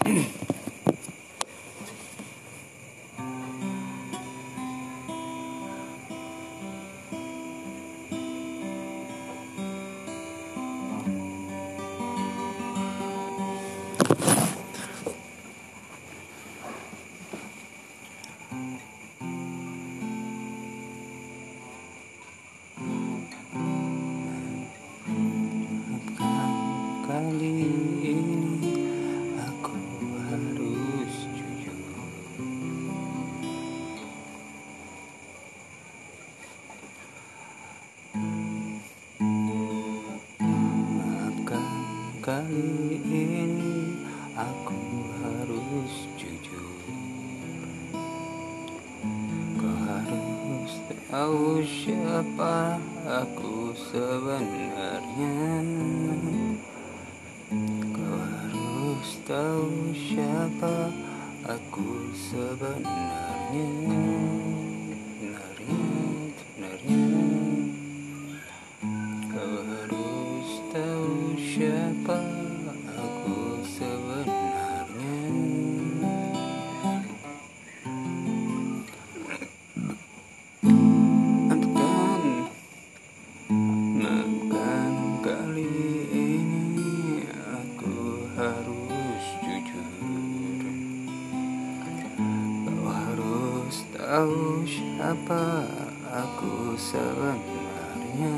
Kali ini aku harus jujur. Maafkan, kali ini aku harus jujur. Kau harus tahu siapa aku sebenarnya. Tahu siapa aku sebenarnya. Kau harus tahu siapa aku sebenarnya. Maafkan kali ini aku harus tahu siapa aku sebenarnya.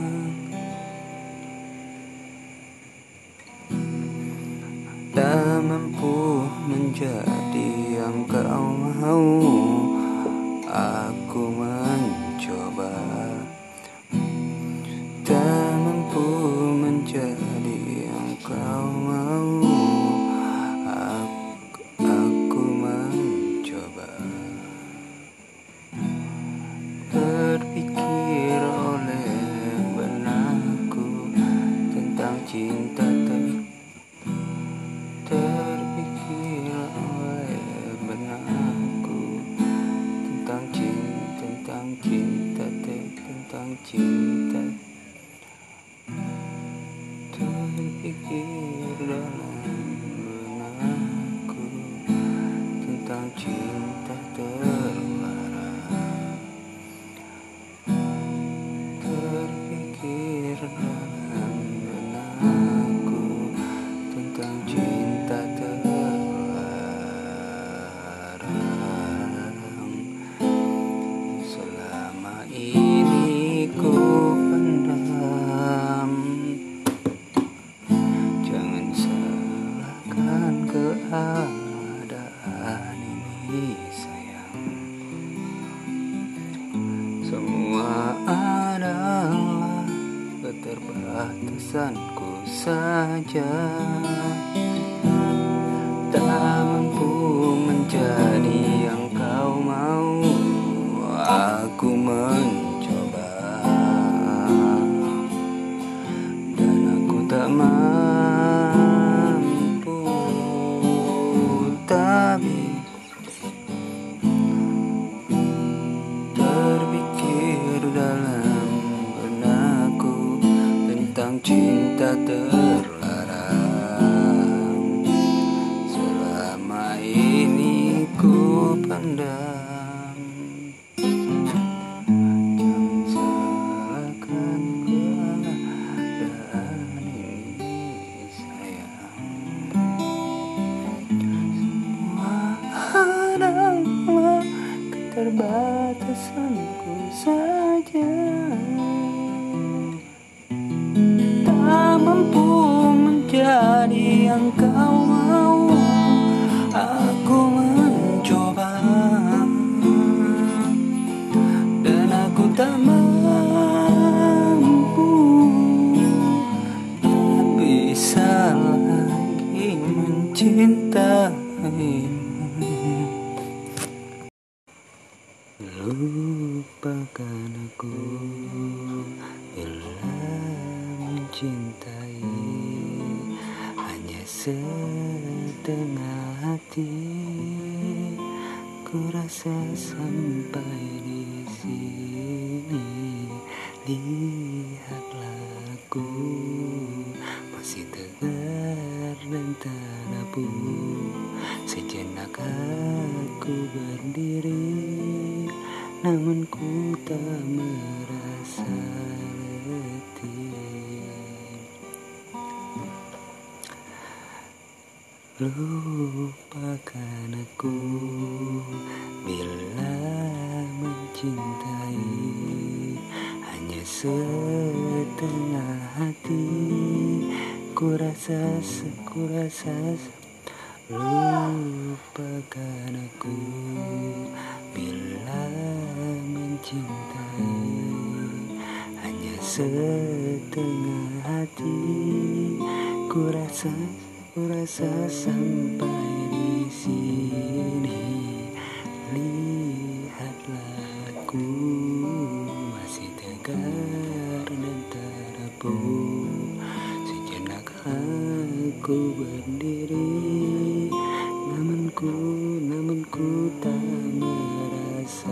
Tak mampu menjadi yang kau mau, aku mencoba. Tak mampu menjadi yang kau mau, aku mencoba. Terpikir oleh benakku tentang cinta, terpikir oleh benakku tentang cinta, terpikir dalam benakku tentang cinta terlarang. Terpikir dalam benakku tentang cinta terlarang. Selama ini ku pendam. Jangan salahkan keadaan ini sayang. Semua adalah keterbatasanku saja. Tak mampu menjadi yang kau mau, aku mencoba. Dan aku tak mampu, tapi terpikir dalam benakku tentang cinta terlarang. Selama ini ku pendam. Jangan salahkan keadaan ini sayang. Semua adalah keterbatasanku saja. Tak mampu menjadi yang kau mau, aku mencoba. Dan aku tak mampu, tak bisa lagi mencintaimu. Lupakan aku bila mencintai, hanya setengah hati. Ku rasa sampai di sini. Lihatlah aku masih tegar dan terlalu. Sejenak aku berdiri, namun ku tak merasa letih. Lupakan aku bila mencintai, hanya setengah hati. Ku rasa lupakan aku bila mencintai, hanya setengah hati. Ku rasa sampai di sini. Lihatlah aku masih tegar dan terapung. Sejenak aku berdiri, namun ku tak merasa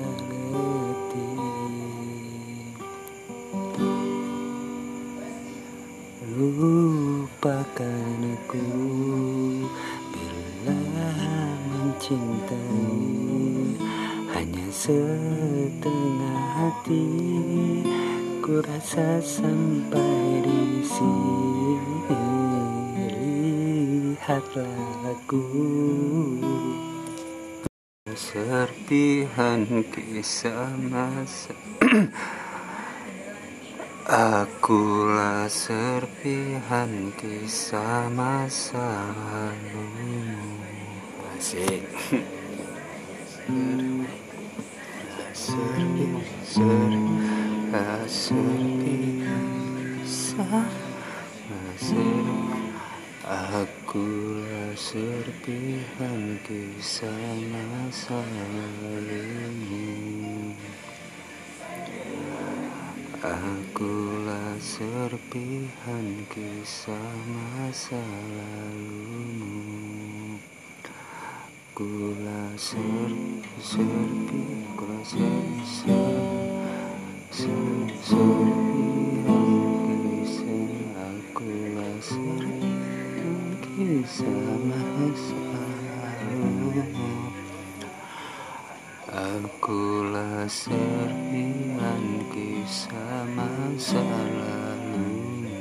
letih. Lupakan aku bila mencintai, hanya setengah hati. Ku rasa sampai di sini. Lihatlah aku, serpihan kisah masa. Akulah serpihan kisah masa lalu. Asik. Akulah serpihan kisah masa lalu. Akulah serpihan kisah masa lalumu. Akulah serpihan kisah masa lalumu. Akulah serpihan kisah masa lalu.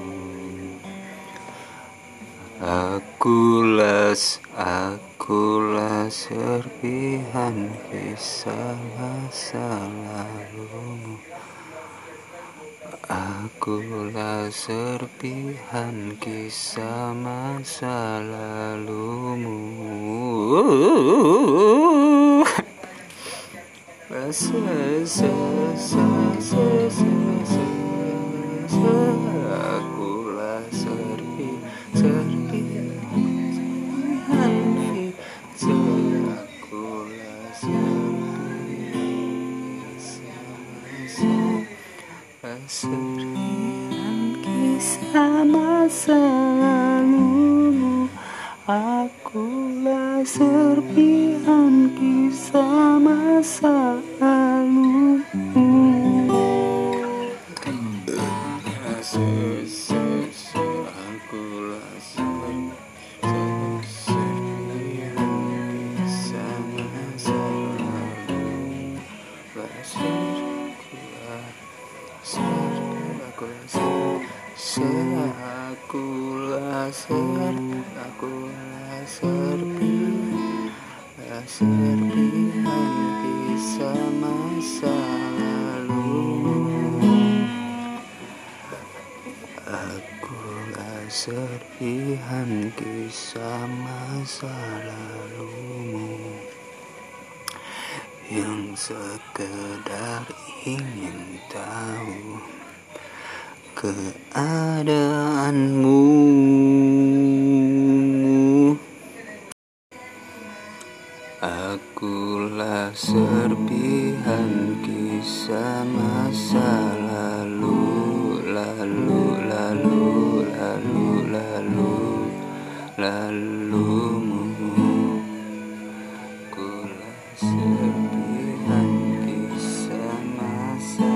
Akulah serpihan kisah masa lalu. Akulah serpihan kisah masa lalumu. Akulah serpihan kisah masa lalumu. Akulah serpihan kisah masa lalumu. Akulah serpihan kisah masa lalu. Akulah serpihan kisah masa lalu. Akulah serpihan kisah masa lalumu, yang sekedar ingin tahu keadaanmu. Akulah serpihan kisah masa lalumu. Akulah serpihan kisah masa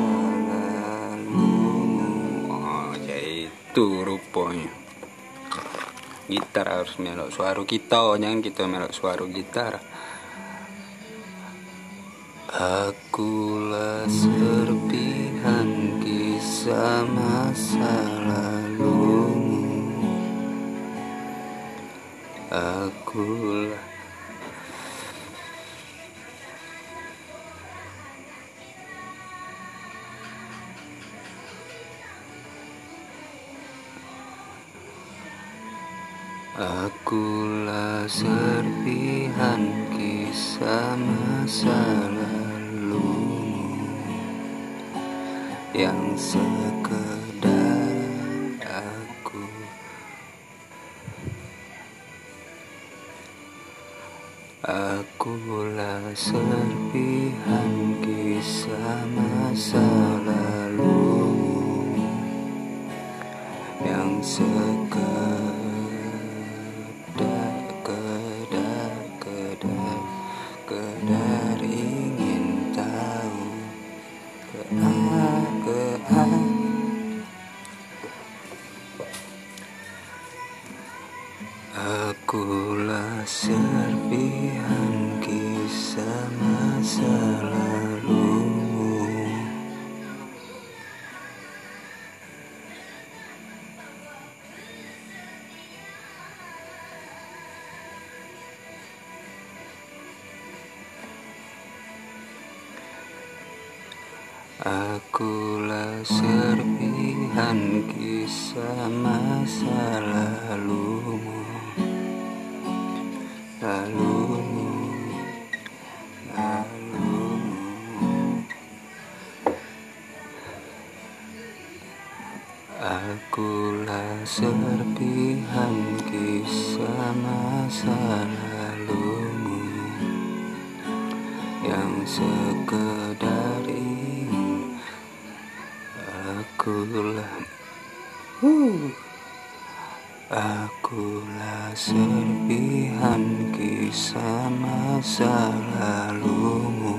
lalumu. Oh, itu rupanya. gitar harus melok suara kita, jangan kita melok suara gitar. Akulah serpihan kisah masa lalumu. Akulah serpihan kisah masa lalumu yang sekedar aku. Akulah serpihan kisah masa lalumu yang sekedar ingin tahu Akulah serpihan kisah masa lalumu. Akulah serpihan kisah masa lalumu. Akulah serpihan kisah masa lalumu yang sekedar ingin. Akulah serpihan kisah masa lalumu.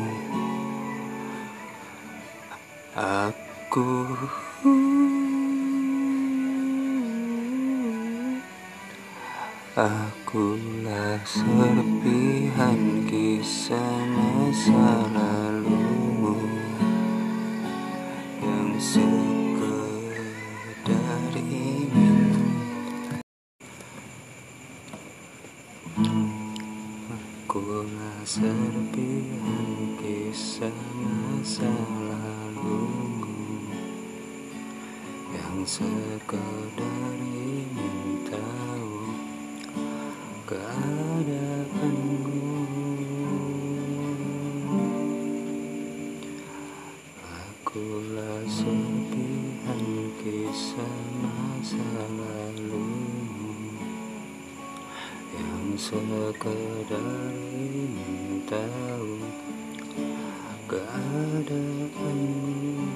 Akulah serpihan kisah masa lalumu yang sekedar ingin. Akulah serpihan kisah masa lalumu yang sekedar ingin tahu keadaanmu. Akulah serpihan kisah masa lalumu yang sekedar ingin tahu keadaanmu.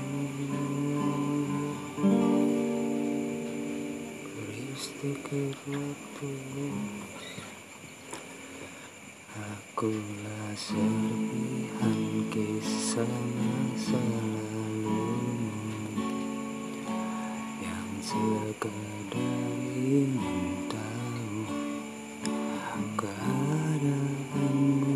Sedikit waktu, akulah serpihan kisah masa lalumu yang sekedar ingin tahu keadaanmu.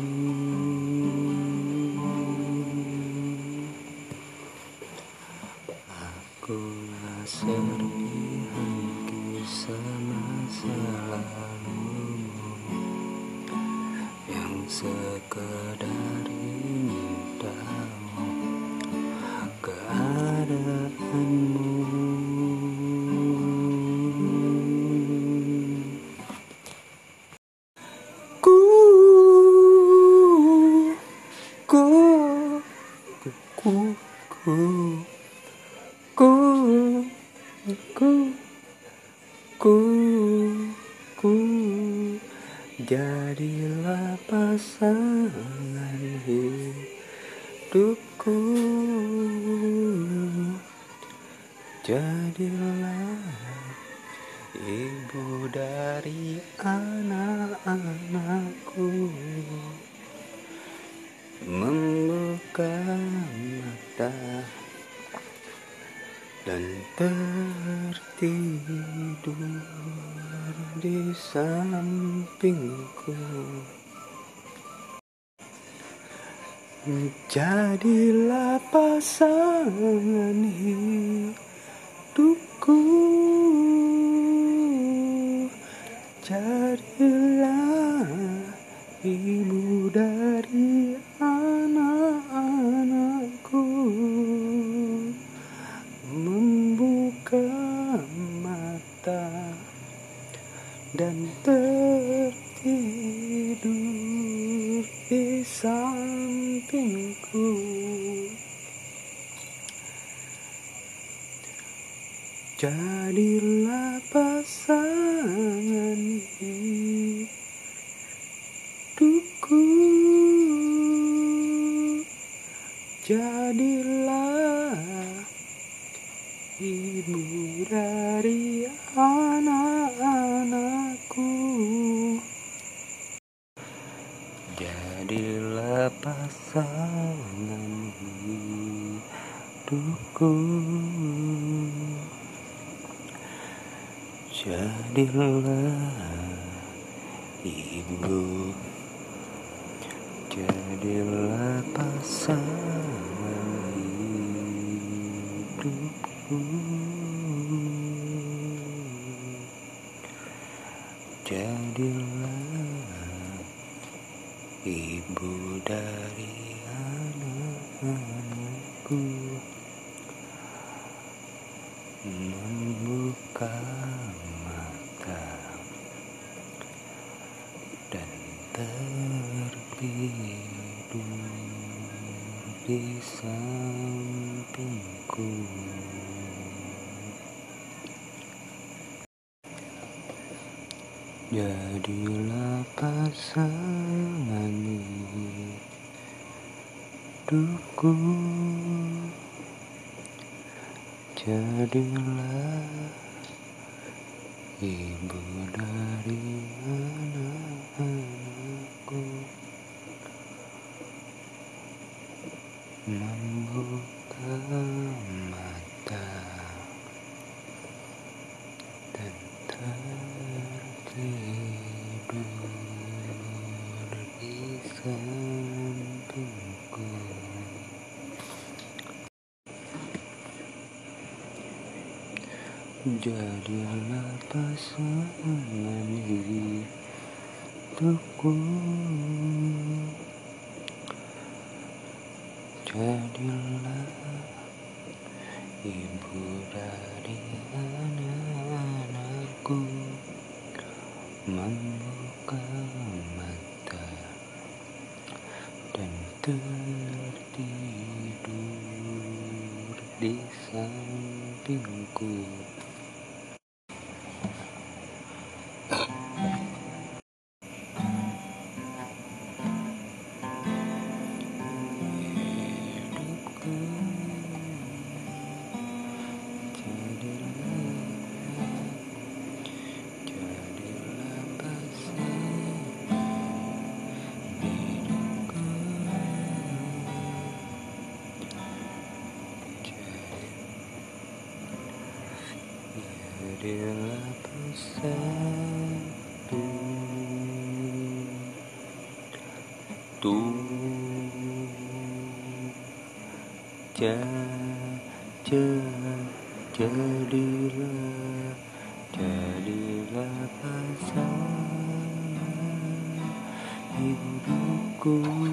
Akulah serpihan kisah masa lalumu yang sekedar ingin tahu keadaanmu. Jadilah pasangan hidupku, jadilah ibu dari anak-anakku. Membuka mata dan tertidur di sampingku. Jadilah pasangan hidupku, jadilah ibu dari anak-anakku, membuka mata dan tertidur di sampingku. Jadilah pasangan hidupku, jadilah ibu dari anak-anakku. Jadilah pasangan hidupku, jadilah ibu, jadilah pasangan hidupku, jadilah ibu dari anak-anakku, membuka mata dan tertidur di sampingku. Jadilah pasangan hidupku, jadilah ibu dari anak-anakku, membuka mata dan tertidur di sampingku. Jadilah pasangan hidupku, jadilah ibu dari anak-anakku, membuka mata dan tertidur di sampingku. Jadilah bersatu jadilah pasangan hidupku,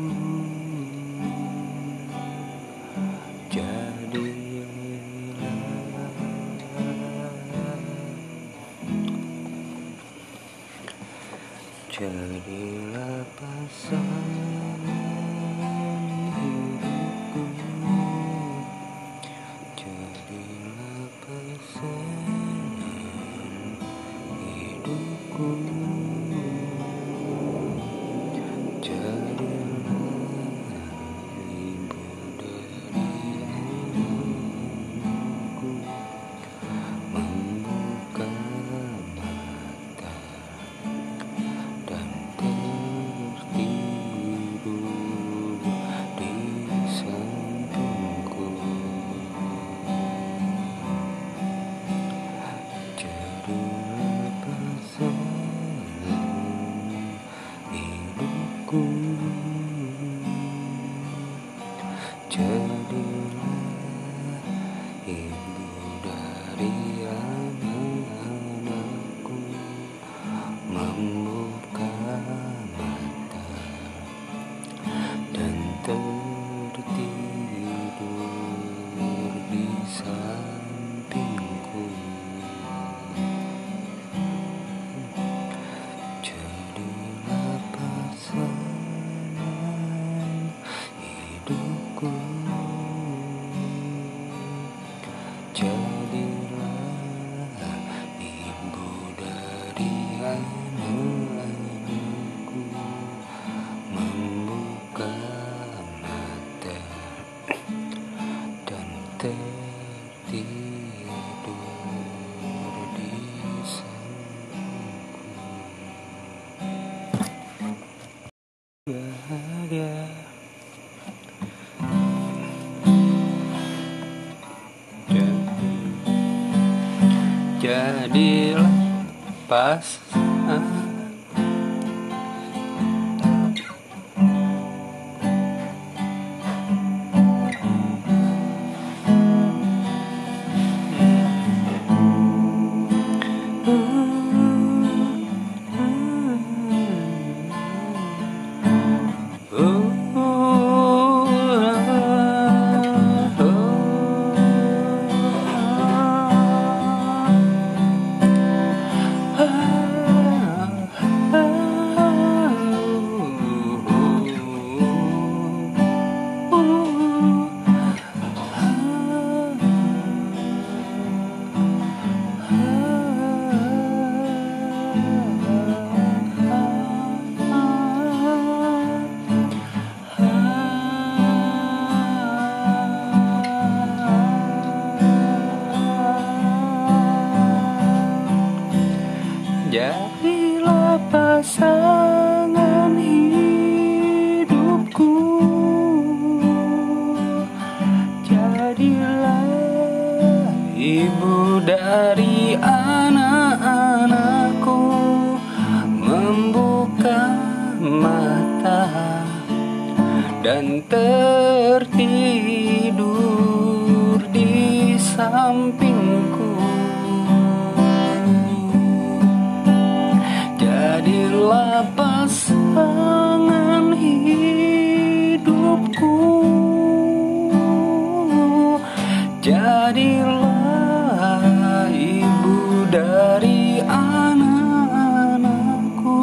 jadilah pasangan hidupku, jadilah pasangan hidupku, jadilah ibu dari anakku, membuka mata dan tertidur di sampingku. Jadilah pasangan hidupku. Jadilah ibu dari anak-anakku, membuka mata dan tertidur di sampingku. Jadilah pasangan hidupku. Jadilah ibu dari anak-anakku, membuka mata dan tertidur di sampingku. Bahagia. Jadilah pasangan jadilah pasangan hidupku. Jadilah ibu dari anak-anakku, membuka mata dan tertidur di sampingku. Jadilah pasangan hidupku. Jadilah ibu dari anak-anakku,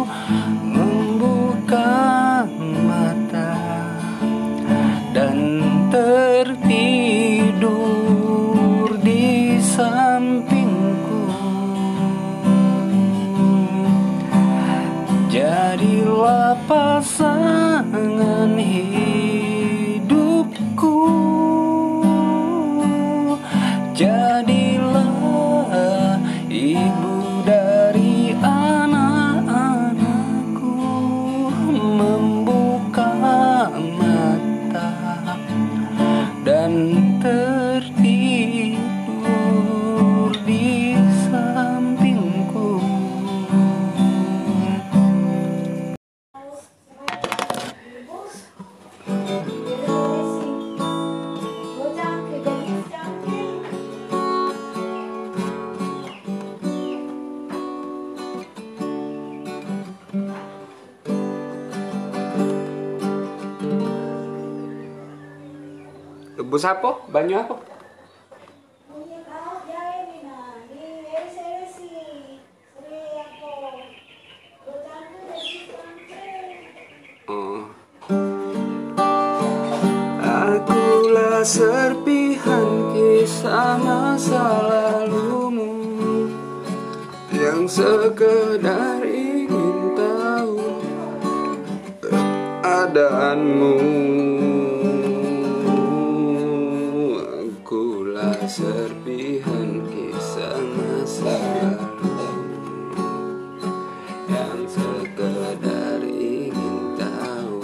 membuka mata dan tertidur di sampingku. Jadilah pasangan hidupku. Jadilah ibu dari anak-anakku, membuka mata dan tertidur di sampingku. Rebus apa? Banyu apa? Oh. Akulah serpihan kisah masa lalumu yang sekedar ingin tahu keadaanmu. Akulah serpihan kisah masa lalu yang sekedar ingin tahu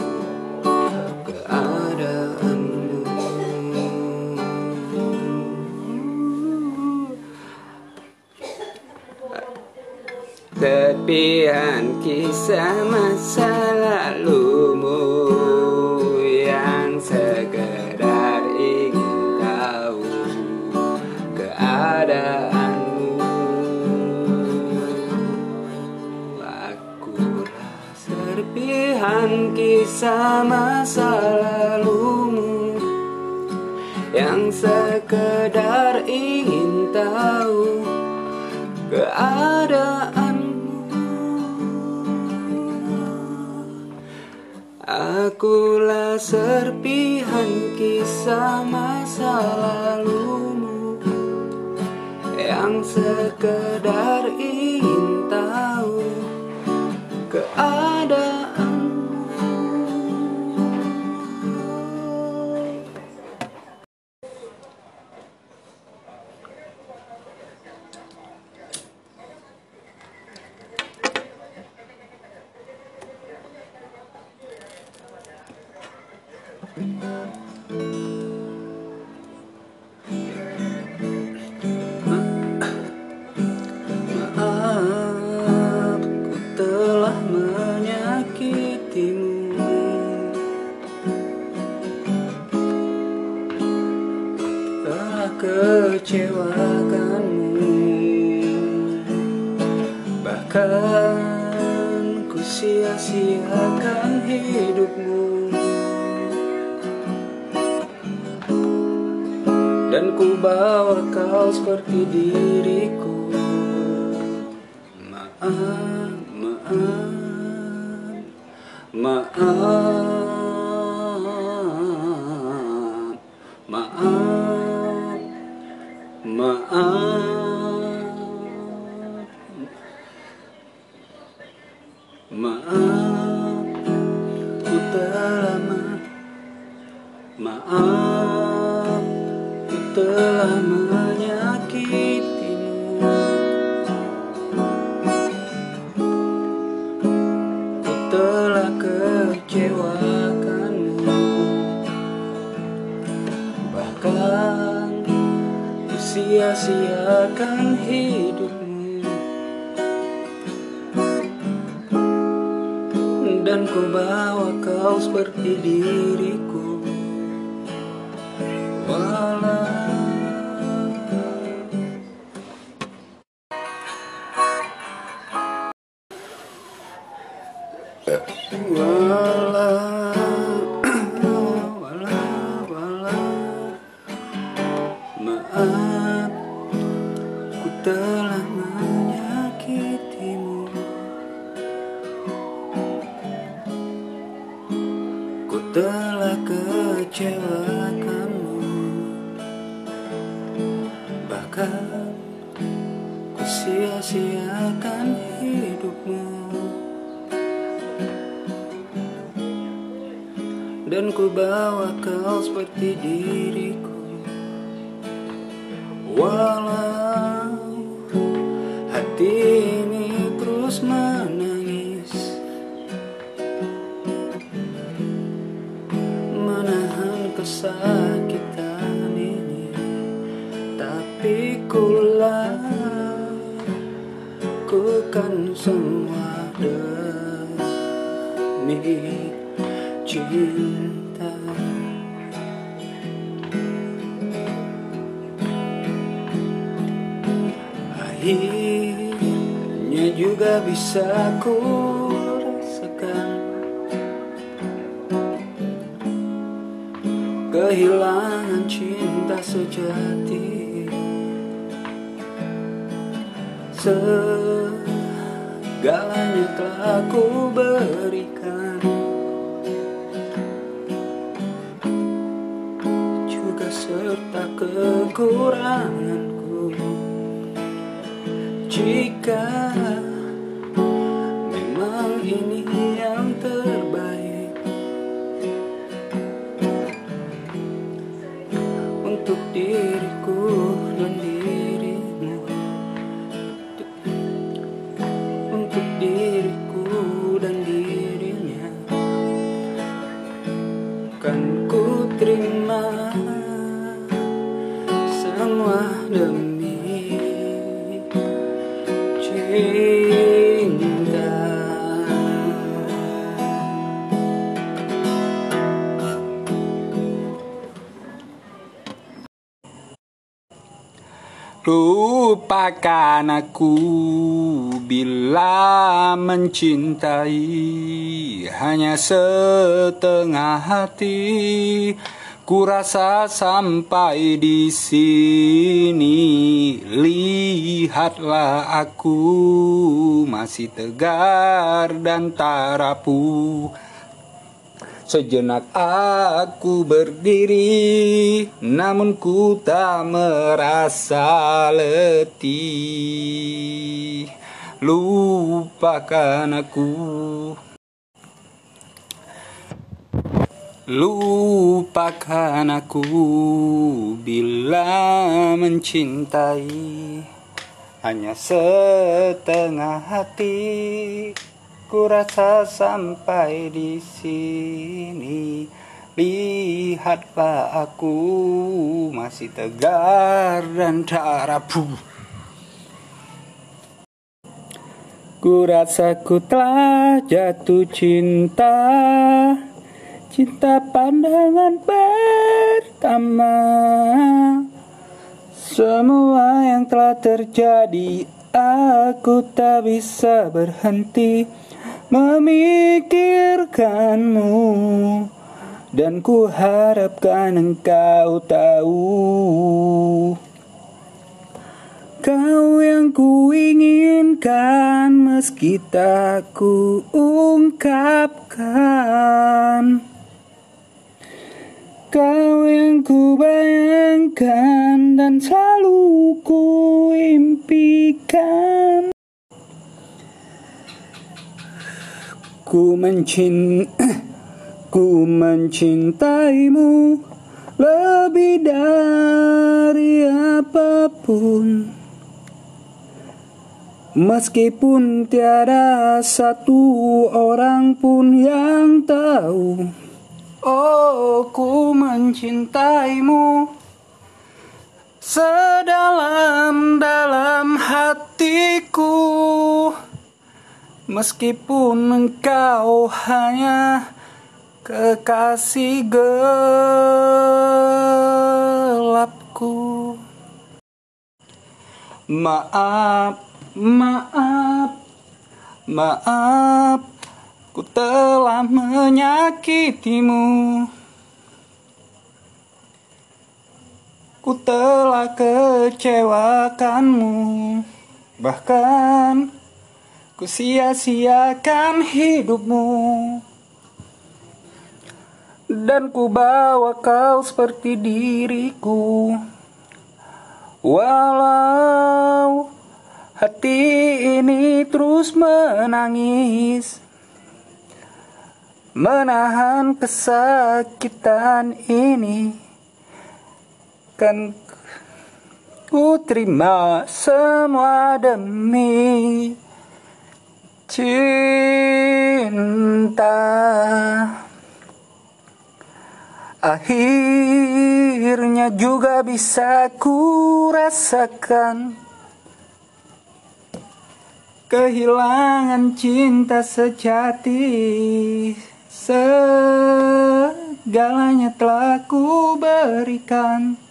keadaanmu. serpihan kisah masa lalumu yang sekedar ingin tahu keadaanmu. Akulah serpihan kisah masa lalumu yang sekedar ingin tahu keadaanmu. Akulah serpihan kisah masa lalumu yang sekedar ingin tahu keadaanmu. Maaf, ku telah menyakitimu. Telah kecewakanmu. Bahkan ku sia-siakan hidupmu. Dan ku bawa kau seperti diriku. Maaf, maaf, maaf, maaf, maaf, ku telah maaf, ku telah menyakitimu. Ku telah kecewakanmu. Bahkan ku sia-siakan hidupmu. Dan ku bawa kau seperti diriku. Walau maaf, ku telah menyakitimu. Ku telah kecewakanmu. Bahkan ku sia-siakan hidupmu. Dan ku bawa kau seperti diriku. Walau hati ini terus menangis, menahan kesakitan ini, tapi ku lakukan semua demi cinta. Akhirnya juga bisa ku rasakan kehilangan cinta sejati. Segalanya telah ku berikan, juga serta kekuranganku. Jika memang ini yang terbaik untuk diriku dan dirimu, untuk diriku dan dirinya, kan ku terima semua demi cinta. Lupakan aku bila mencintai hanya setengah hati. Ku rasa sampai di sini, lihatlah aku masih tegar dan tak rapuh. Sejenak aku berdiri, namun ku tak merasa letih. Lupakan aku. Lupakan aku bila mencintai hanya setengah hati. Ku rasa sampai di sini, lihatlah aku masih tegar dan tak rapuh. Ku rasa ku telah jatuh cinta, cinta pandangan pertama. Semua yang telah terjadi, aku tak bisa berhenti memikirkanmu. Dan ku harapkan engkau tahu, kau yang ku inginkan meski tak ku ungkapkan. Kau yang ku bayangkan dan selalu ku impikan. Ku mencintaimu lebih dari apapun, meskipun tiada satu orang pun yang tahu. Oh, ku mencintaimu sedalam-dalam hatiku, meskipun engkau hanya kekasih gelapku. Maaf, ku telah menyakitimu. Ku telah kecewakanmu. Bahkan ku sia-siakan hidupmu. Dan ku bawa kau seperti diriku. Walau hati ini terus menangis, menahan kesakitan ini, kan ku terima semua demi cinta. Akhirnya juga bisa ku rasakan kehilangan cinta sejati. Segalanya telah ku berikan,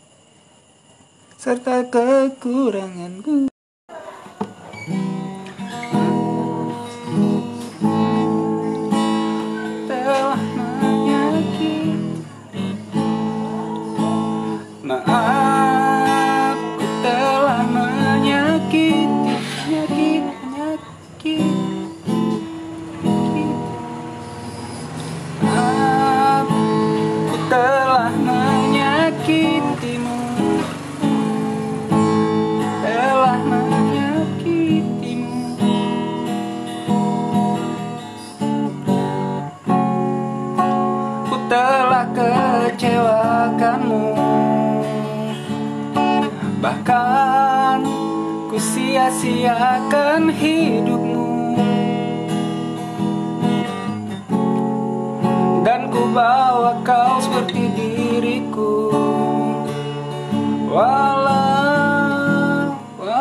serta kekuranganku. Telah menyakiti. Maaf, ku telah menyakiti. Maaf, ku telah menyakitimu. Telah menyakitimu. Ku telah kecewakanmu. Bahkan ku sia-siakan hidupmu. Dan ku bawa kau seperti diriku. Walau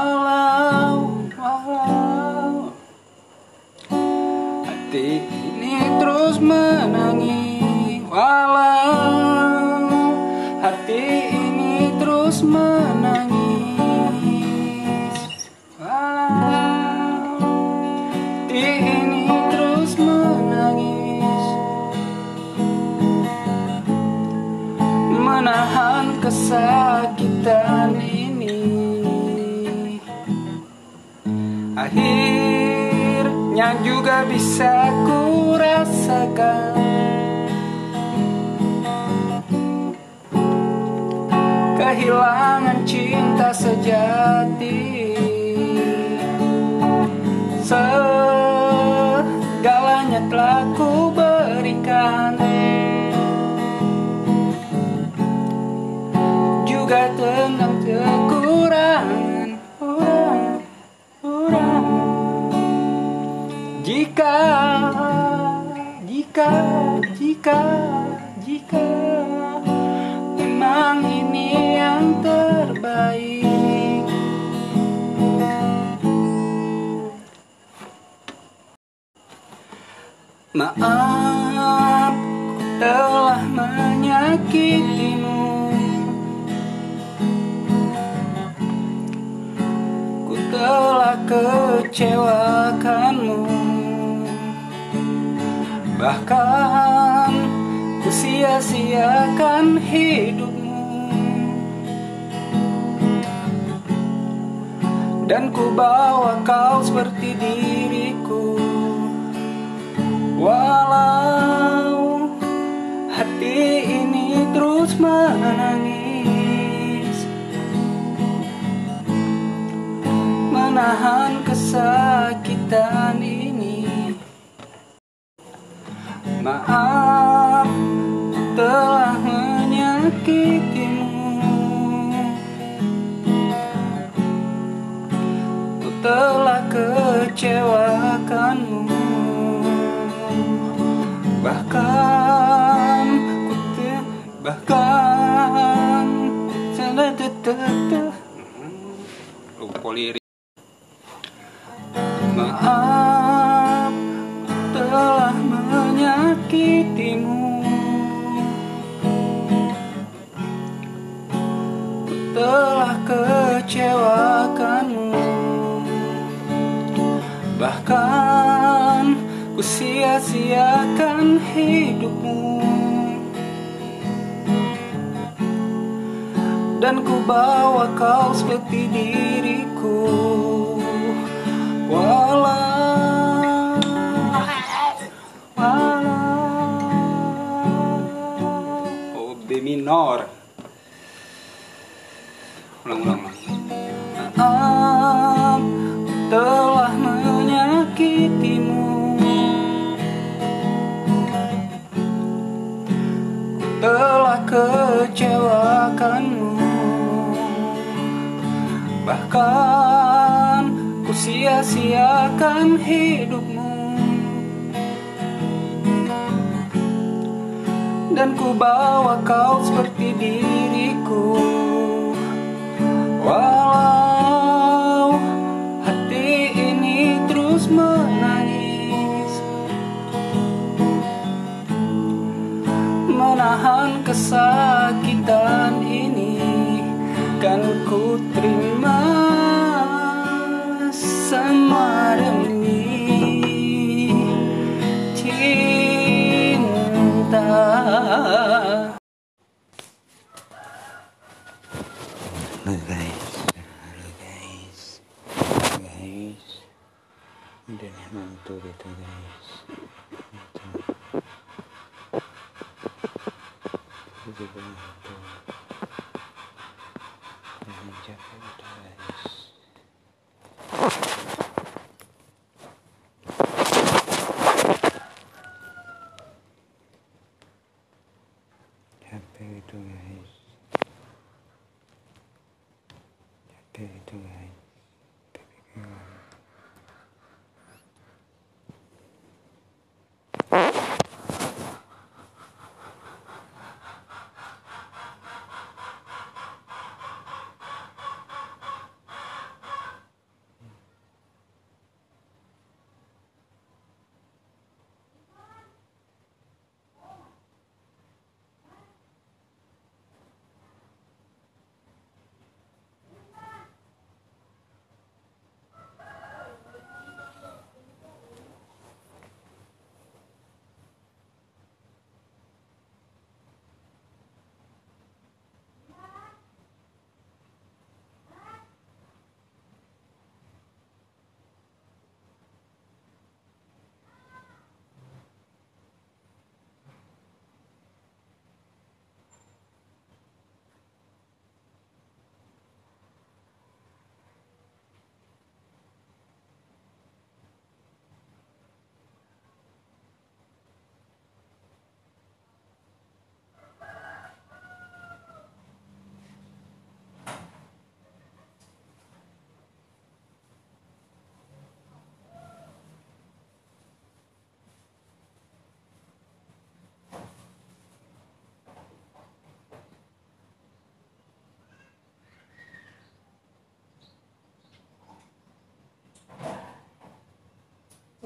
hati ini terus menangis. Walau hati ini terus menangis, kesakitan ini. Akhirnya juga bisa ku rasakan kehilangan cinta sejati. Segalanya telah ku berikan, juga tentang kekurangan. Jika memang ini yang terbaik, maaf ku telah menyakitimu, ku telah kecewakanmu, bahkan ku sia-siakan hidupmu, dan ku bawa kau seperti diriku. Walau hati ini terus menangis, menahan kesakitan ini. Maaf telah menyakitimu, ku telah kecewakanmu, bahkan lirik. Maaf telah menyakitimu, ku telah kecewakanmu, bahkan ku sia-siakan hidupmu, dan ku bawa kau seperti diriku. Walau oh B minor. Ulang. Maaf telah menyakitimu, telah kecewakanmu, bahkan ku sia-siakan hidupmu, dan ku bawa kau seperti diriku. Walau hati ini terus menangis, menahan kesakitan ini, kan ku terima semua demi cinta. Halo guys, udah mantul gitu guys, itu juga mantul, jangan capek udah guys. Capek itu guys, kepikiran.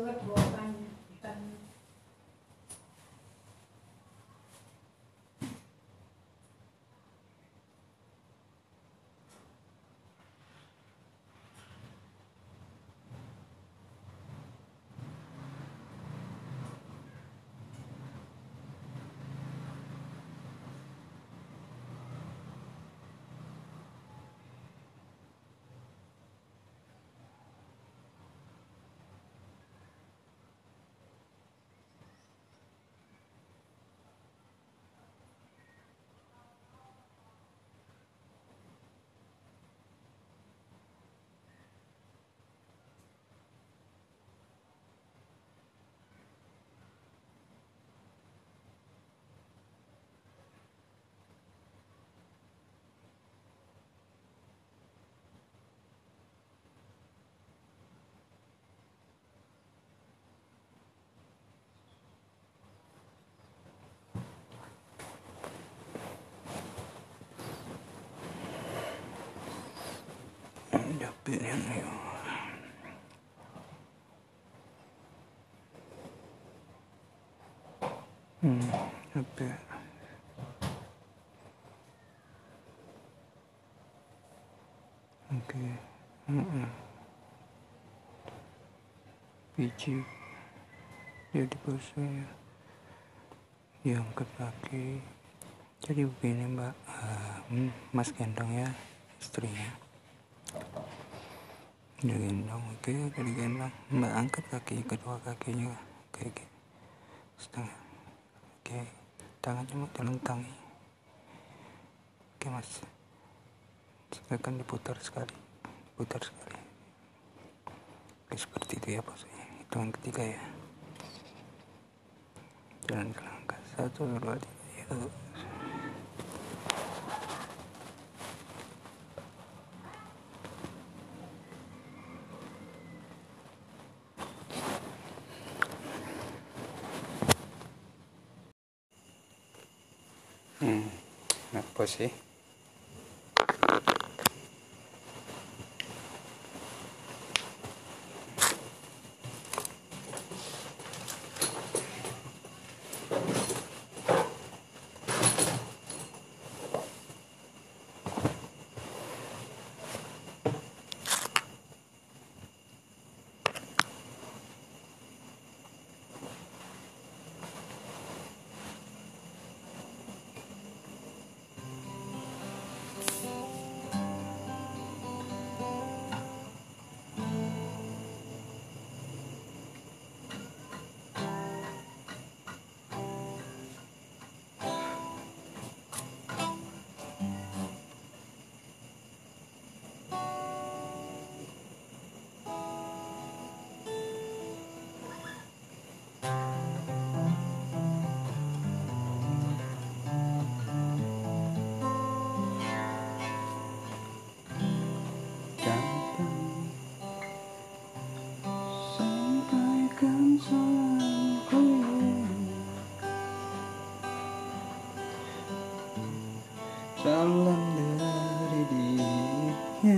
Capek ya, ayo. Capek. Oke. Biji dia dipasang, diangkat kaki. Jadi begini mbak, mas gendong ya istrinya, dia gendong. Oke, jadi gendong, mbak angkat kaki, kedua kakinya kayak gini setengah. Oke, tangannya mau dilentangi. Oke mas, silakan diputar sekali, putar sekali. Oke, seperti itu ya posnya. Hitungan ketiga ya, jalan ke langkah 1, 2, 3 yuk. Apa sih? Salam dari dia,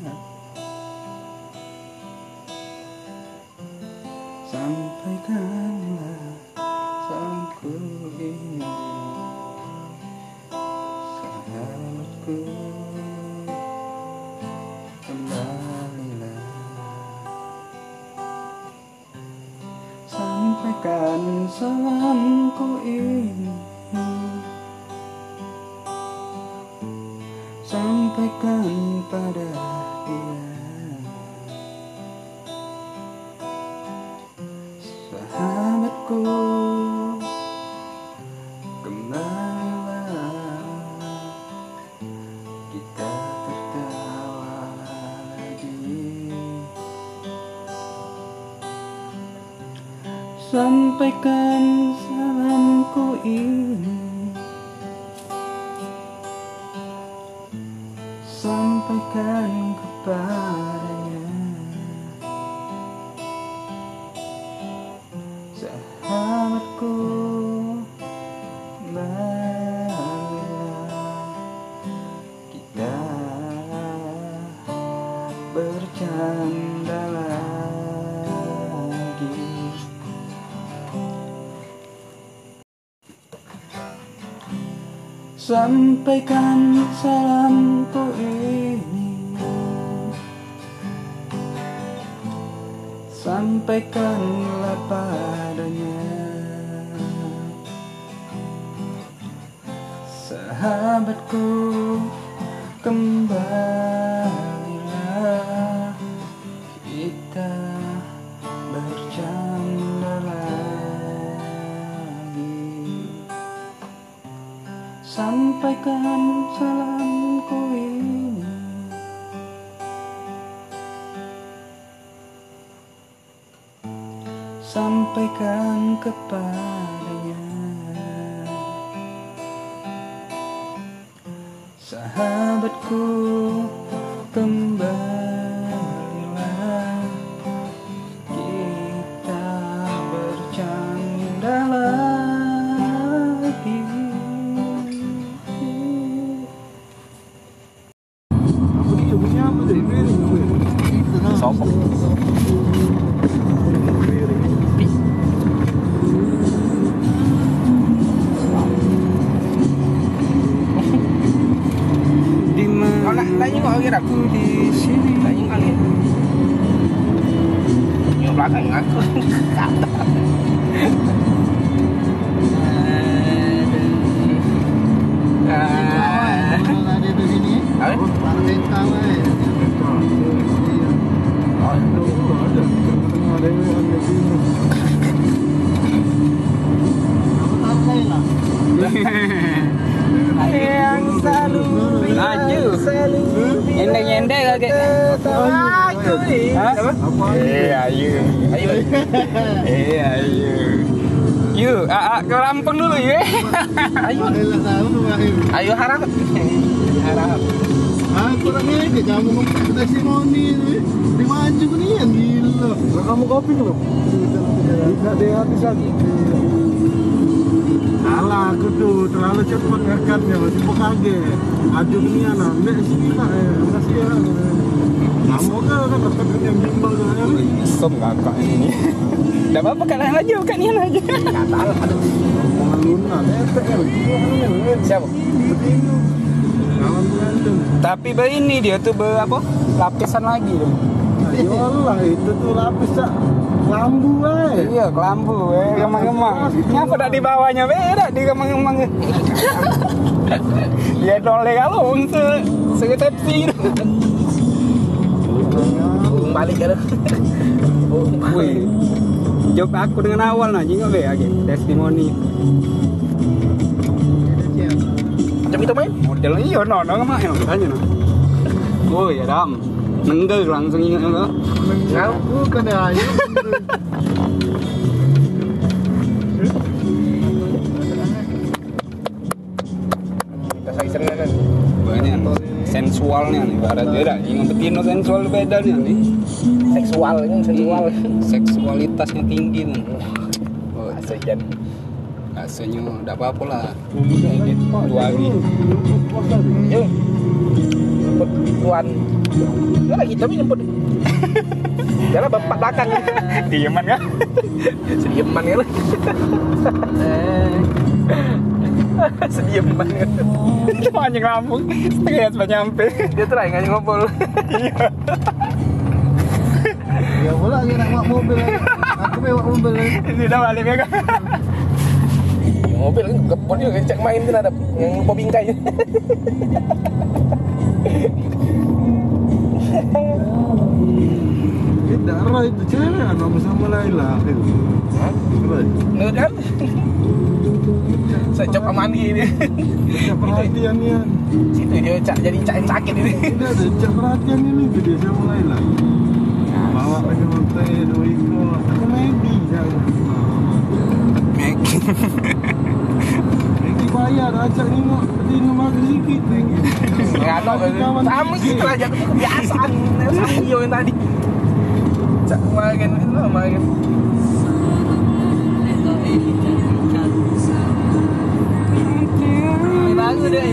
sampaikanlah salamku ini, sahabatku, kembalilah. Sampaikan salamku ini, sampaikan pada dia, sahabatku, kembalilah, kita tertawa lagi. Sampaikan salamku ini, sampaikan kepadanya, sahabatku, marilah kita bercanda lagi. Sampaikan salamku ini, sampaikanlah padanya. Sahabatku, kembalilah, kita bercanda lagi. Sampaikan salamku ini, sampaikan kepadanya. Sahabatku, kembalilah, kita bercanda lagi. Sopok. Aku di sini. Tanya angin. Yang belakang aku kata. Ada di sini. Apa? Parketa weh. Yang selalu Laju. Nyendek-nyendek kakek. Hah? Ayu. Ayu. Yuk, ke Lampung dulu ya. Ayo harap. Harap. Aku orang ini kamu testimoni ini di maju nih yang gila. Kamu kopi belum? Bisa deh habis lagi. Salah aku tuh terlalu cepat ngangkatnya masih mau kaget. Maju ini anak, nek sini nak makasih ya. Kamu kan dapat yang bimbang dengan Stop kakak ini. Enggak apa-apa kalian aja, bukan Ian aja. Kata ada omongan lunak. siapa? Kawan berantem. Tapi ini dia tuh apa? Lapisan lagi dong. Ayolah itu tuh lapis cak lambu Iya, kelambu, kemang-kemang. Ngapa dak di bawahnya beda di kemang-kemang. Dia toleh kalau setepsi. Balik kan. Wih. Jawab aku dengan awal nah, jingo be age testimoni. Macam itu main? Model iya no main makanya no. Oh ya dam. Nenggel langsung ingat no. Ngaku kan ya ayo. Kita saya kan. Banyak sensualnya nih, ada beda. Yang betino sensual bedanya nih. Seksual ini seksual. Seksualitasnya tinggi nih. Oh, Asejan. rasanya enggak apa-apa lah. Dua lagi. Yo. Jemput tuan. Enggak lagi tapi jemput. Jalan bapak belakang. Dieman kan? Sedieman ya lah. Sedieman ya. Cuma anjing Lampung. Setengah sampai nyampe. Dia try ngajak ngobrol. Ya bola lagi nak bawa mobil lagi. Aku bawa mobil lagi. Sudah balik ya kan? Mobil kan kebun juga cek main kan ada yang lupa bingkai. Tidak arah itu cewek anak bersama Laila. Hah? Nggak kan? Saya cok amani ini. Cak perhatiannya. Situ dia cak jadi cak yang sakit ini. Tidak ada cak perhatian ini tu dia sama Laila. Bawa ke hotel dua ikut. Aku Maggi saya. Maggi bayar acak nengok tadi nombor sedikit Maggi. Nggak tahu sama gitu aja kebiasaan sama Iyo yang tadi. Cak makan itu makan. Bagus deh.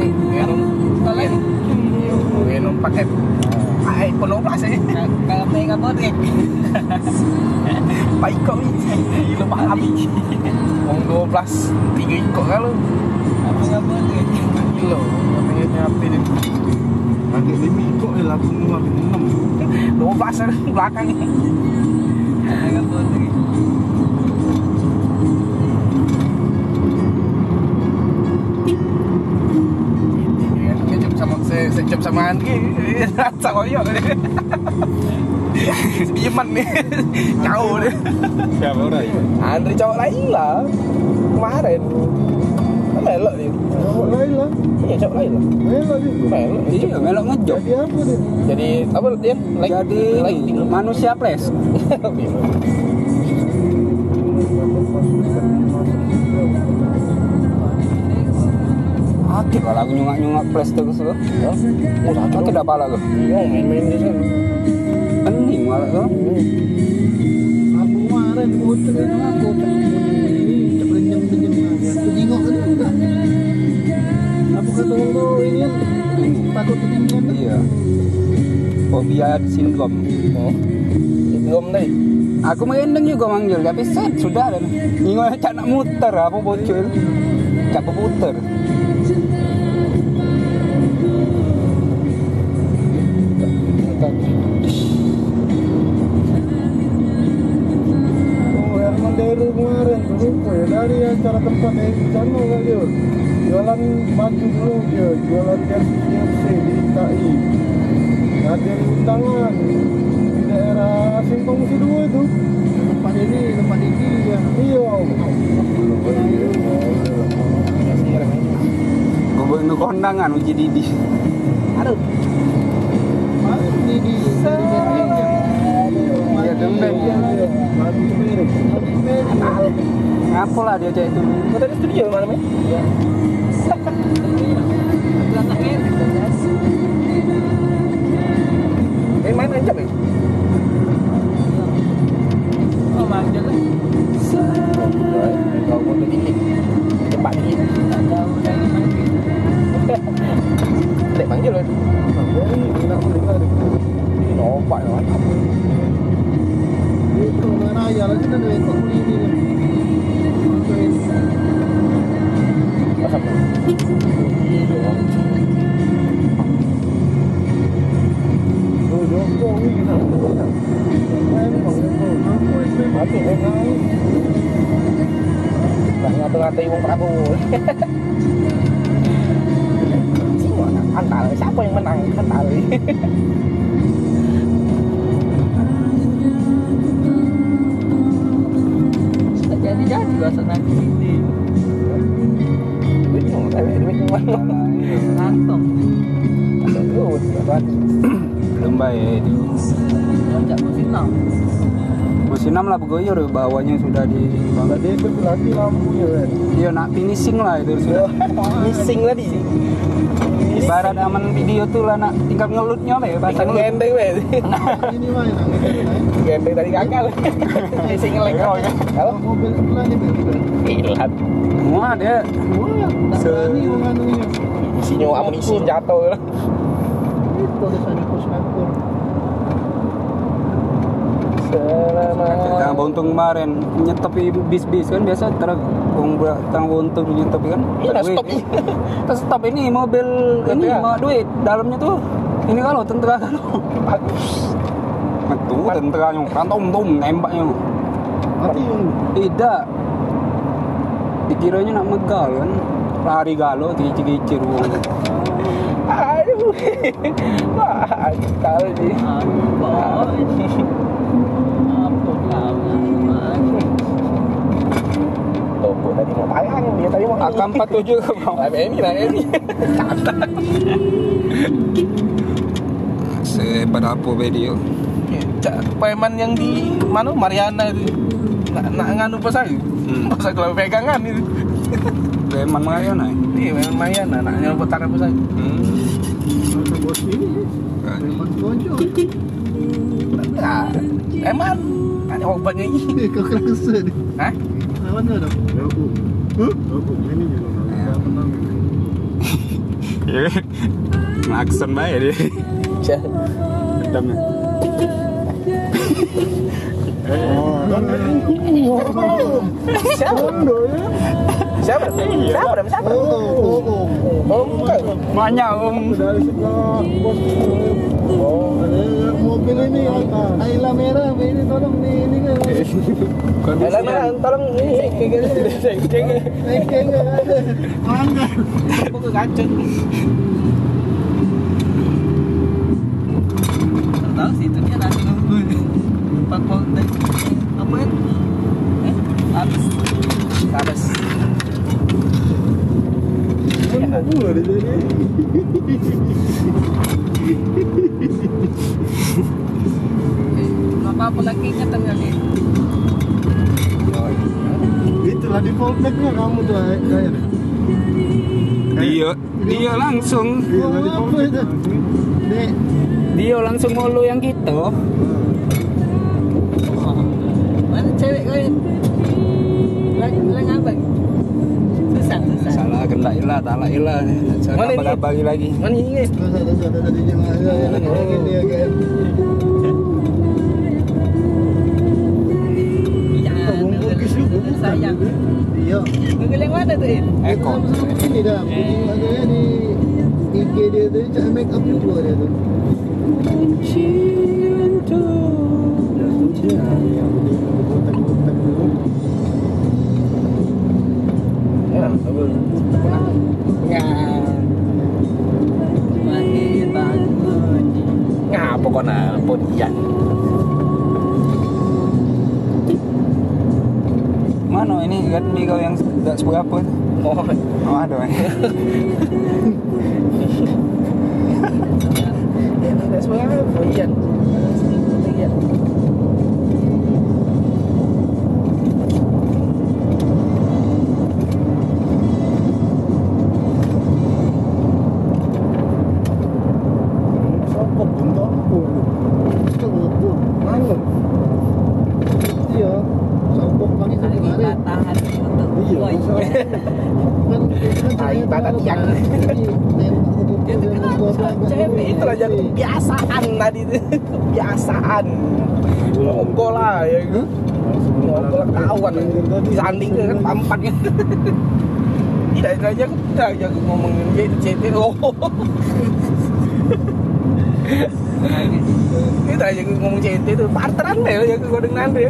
Minum pakai iPhone 12 aja. Kalau mereka bodek. Pak ikut ni lepas habis. Orang 12 3 ikut kan lu. Apa-apa tu. Kilo. Apa ni? Agak 5 ikut je lah, aku 6. 12 ada belakang ni. Apa tu. Sejam samaan ke rasa koyok ni. Yemen ni jauh dia. Siapa orang? Andre cowok lain lah kemarin. Melok dia. Cowok lain lah. Iya cowok lain lah. Melok dia. Melok. Iya, melok ngejok. Jadi apa dia? Jadi apa dia? Jadi manusia flash. Aktif kalau aku nyungak flash terus tu. Aku dah pala tu. Iya main-main di sana. Pening malah tu. Aku kemarin putar dengan aku terbenjam-benjam lagi. Aku tengok tadi enggak. Apa kata orang tu ini takut ketinggian tu? Iya. Fobia sindrom. Belum deh. Aku merinding juga manggil, tapi set sudah dah. Ingat cak nak muter apa bocor. Cak berputar. Herman dari kemarin berupa ya dari acara tempat di sana kan dia jualan baju dulu dia jualan KFC di KI ada undangan di daerah Simpang Musi 2 itu tempat ini ya iya Gubernur kondangan uji Didi. Aduh. mana di Iya dembeng. Ngapa lah dia cek itu? Kau tadi studio mana ni? Main aja ni. Oh, manja lah. Kau pun tu dikit. Cepat dikit. Dek panggil loh. nak mendengar Ini nampak lah. itu raya lagi dan ada ekor ini Pasal apa? jokong ni nak Mati memang. Tak ngata-ngatai orang Prabowo. Antar siapa yang menang? Antar. Tak jadi bahasa nanti sini. Duit mana? Kantong. Belum baik dia. Ajak musim 6. Musim 6 lah bergoyor, bawahnya sudah di tadi itu lagi lampunya kan dia nak finishing lah itu sudah. Missing tadi. Ibarat aman video tuh lah nak tinggal ngelutnya lah ya bahasa ngelut. Gendeng weh. ini main Gendeng tadi gagal. Missing ngelek. Kalau mobil sebelah ni hilang. Wah dia tak berani menganunya Isinya amunisi jatuh. itu tulisan Kusnakur Tang Buntung kemarin nyetepi bis-bis kan biasa Tang Buntung nyetepi kan. Iya stop. Terus stop ini mobil ini mau duit dalamnya tuh ini kalau tentara kalau metu tentara yang rantom nembaknya mati yang tidak dikiranya nak megal kan lari galo cicir ruang. Aduh. Wah, kali ni. Apa kau Toko tadi mau payang dia tadi mau AK-47 ke bang? Ini lah ini. Sepada apa video? Cak preman yang di mana Mariana tu nak nganu pasal. Pasal kalau pegangan itu. Preman Mariana. Iya, preman Mariana nak nyerobot tanah pasal. masa bos ini memang kocok Ah, preman ada obatnya ini. kau kerasa ni Hah? mana dah aku ini je lah menang Aksen baik dia. Cak. Hitamnya. oh kan Siapa? Siapa? Om kan? Banyak om. Dari sebelah pos. Oh, ada mobil ini Ayla merah ini tolong ini kan. Ayla merah tolong ini Kayaknya ada. Angga. Aku kacau. Tahu sih itu dia nanti nunggu 4 volt apa ya? Habis. Mula di sini. Apa lagi ingat kali? Itulah di fallbacknya kamu tuh kayak. Dia langsung. Apa itu? Dek. Dia langsung mulu yang gitu. Mana cewek kalian? Lagi apa? Susah. Salah gelak ilah, talak ilah. Mana ini? Bagi lagi. Mana ini? Ada tadi jangan dia kayak. Sayang. Iya. Google yang mana tuh? Eko. Ini dah. Ada di IG dia tu cak make up juga dia tu. Ya, betul. Makin bagus. Ngapa kau nelpon Ian? Mana ini kan kau yang tak seberapa tu? Oh ada. Tidak seberapa Ian. Sokok bentuk apa? Sokok mana? Iya. Sokok pakai Lagi kemarin. tahan untuk Iya. boy. Tai patah tiang. Itu kenapa cewek Itulah jadi kebiasaan tadi itu. Kebiasaan. Ngogol lah ya. Ngogol ketahuan. Disanding kan pampaknya. Tidak aja aku ngomongin dia itu CT. Kita aja ngomong CT itu partneran deh ya ke Godeng Nandri.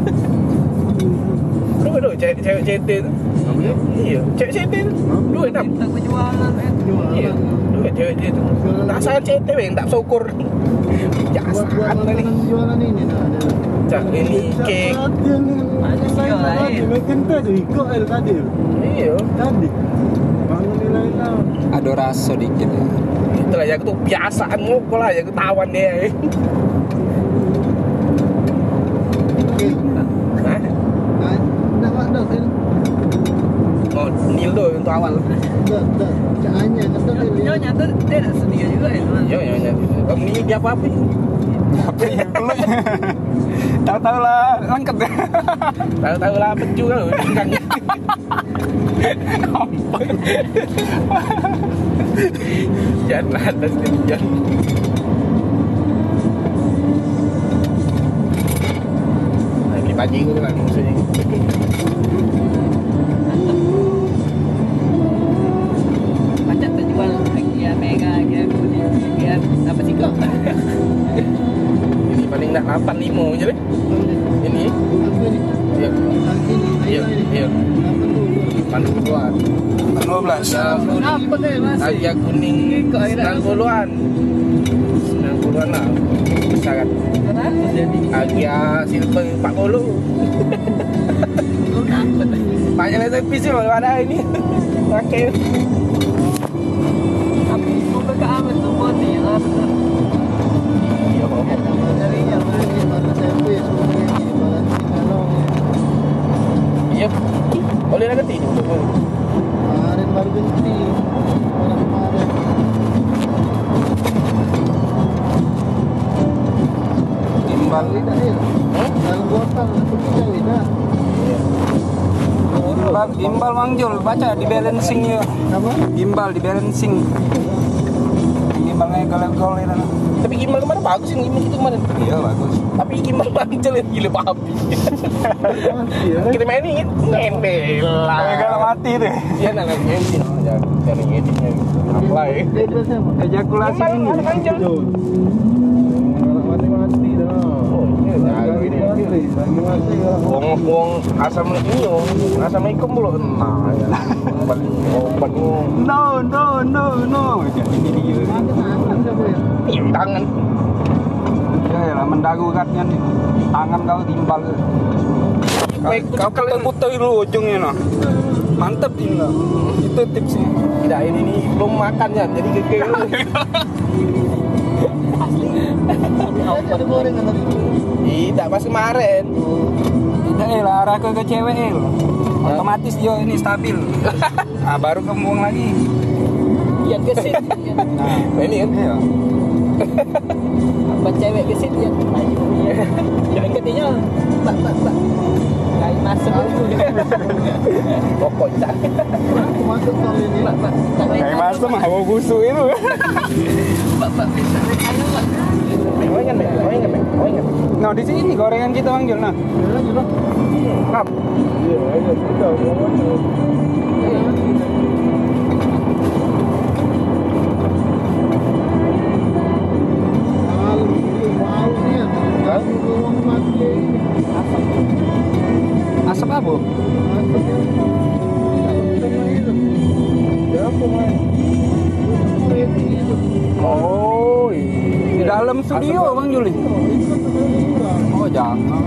Aduh, cewek CT itu. Iya, cewek CT itu. Duit enam. Kita berjualan Iya, duit cewek CT itu. Rasanya CT yang tak syukur. Buat Jasaan tadi. jualan ini dah. Cak ini cake. Mana sih lain? Makin tadi kok El Kadir. Iya. Tadi. Bangun nilai lah. Ada rasa dikit. Itulah ya itu kebiasaan ngokol lah ya ketahuan dia. Hah? Nak dah kan. Oh, Nildo untuk awal. Dah. Caranya kata dia. Nyonya tuh dia nak sedia juga itu. Ya. Kamu ini dia apa? Apa yang peluk? Tahu-tahu lah lengkap deh. Tahu lah peju kan. Jangan ada sendirian. Lagi pagi itu kan maksudnya. Macam terjual Gia Mega, Gia Kuning, Gia apa sih kok? Ini paling nak 85 je deh. Ini. Apa ni? Ya. Ya. 80-an. 12. Apa deh masih? Agia kuning 90-an. 90-an lah. Besar kan. Kenapa jadi? Agia silver 40. Kenapa deh? Banyak lagi pis kalau ada ini. Pakai. Tapi mau ke amat tuh body yang apa tuh? Iya, Dari yang Mana sampai semua ni balas kalau iya. Boleh nak ganti untuk kemarin baru ganti. Orang kemarin. Timbal. Balik dah ya. Dalam botol untuk jauh dah. Gimbal mangjul, baca di balancing ya. Apa? Gimbal di balancing. Gimbal kayak gol itu. Tapi gimbal kemarin bagus yang gimbal itu kemarin. Iya bagus. Tapi gimbal mangcel ya gila babi. Kita mainin ngembel lah. Kayak mati deh. Iya nak ngedit, jangan ngeditnya. Apply. Ejakulasi ini. Ada mangcel. Mati dah. Oh, ini Mati. Wong asam ikan belum nah ya. Balik obat No. Ini dia. iya tangan. Ya lah mendagu katnya nih. Tangan kau timpal. Kau kalau putar dulu ujungnya noh. Mantep ini lah. Itu tipsnya. Tidak ini belum makan ya, jadi gede. Tidak pas kemarin. Tidak lah arah ke cewek otomatis dia ini stabil. Nah baru kembung lagi. Iya gesit. Nah ini kan. Iya. Buat cewek gesit ya. Jangan katanya mbak. Kayak masuk. Pokok tak. Aku masuk kali ini. Mbak. Kayak masuk mah hawa gusu itu. Mbak. Ayo mbak. Gorengan. Nah di sini gorengan kita panggil nah. Ngap. Iya, ayo sudah. Asap apa? Oh, di dalam studio Bang Juli. Oh jangan.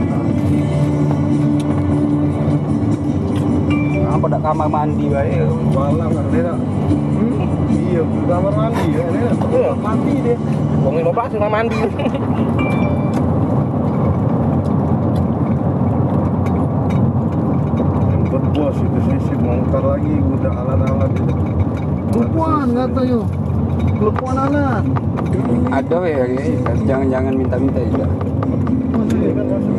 Apa dak kamar mandi bae. Malam kan dia. Iya, kamar mandi ya. Dia mati dia. Wong 15 rumah mandi. Bos itu sisi montar lagi udah alat-alat itu. Kelupuan katanya. Kelupuan alat. Ada ya, jangan minta-minta juga. Masih kan masuk.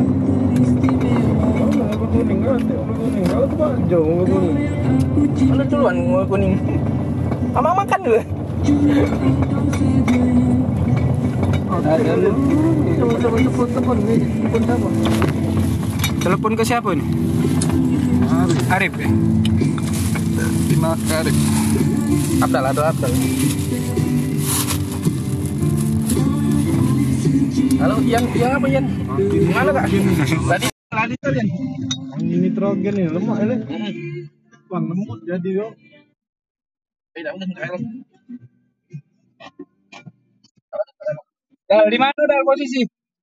Ungu kuning kan, ungu kuning. Kalau tuh hijau ungu kuning. Mana duluan ungu kuning. Mama makan dulu. Ada lu. Telepon Telepon ke siapa nih? Arif ya? Terima kasih Arif. Abdal. Halo, Ian apa Ian? Mana kak? Tadi tuh Ian. Angin nitrogen ini lemak ini. Pan lembut jadi kok. Tidak udah kayak. Dal, di mana Dal posisi?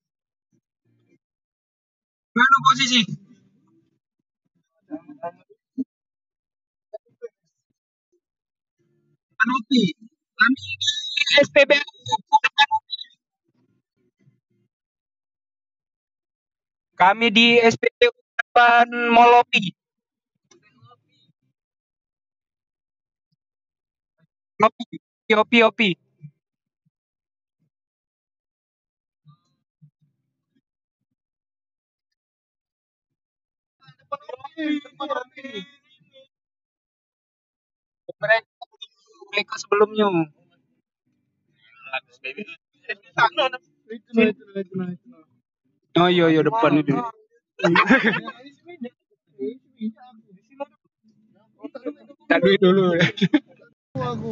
Mana posisi? Kanopi. Kami di SPBU. Kami di SPBU depan Molopi. Opi. Mereka sebelumnya. Oh iya depan itu. Tadi dulu. Aku.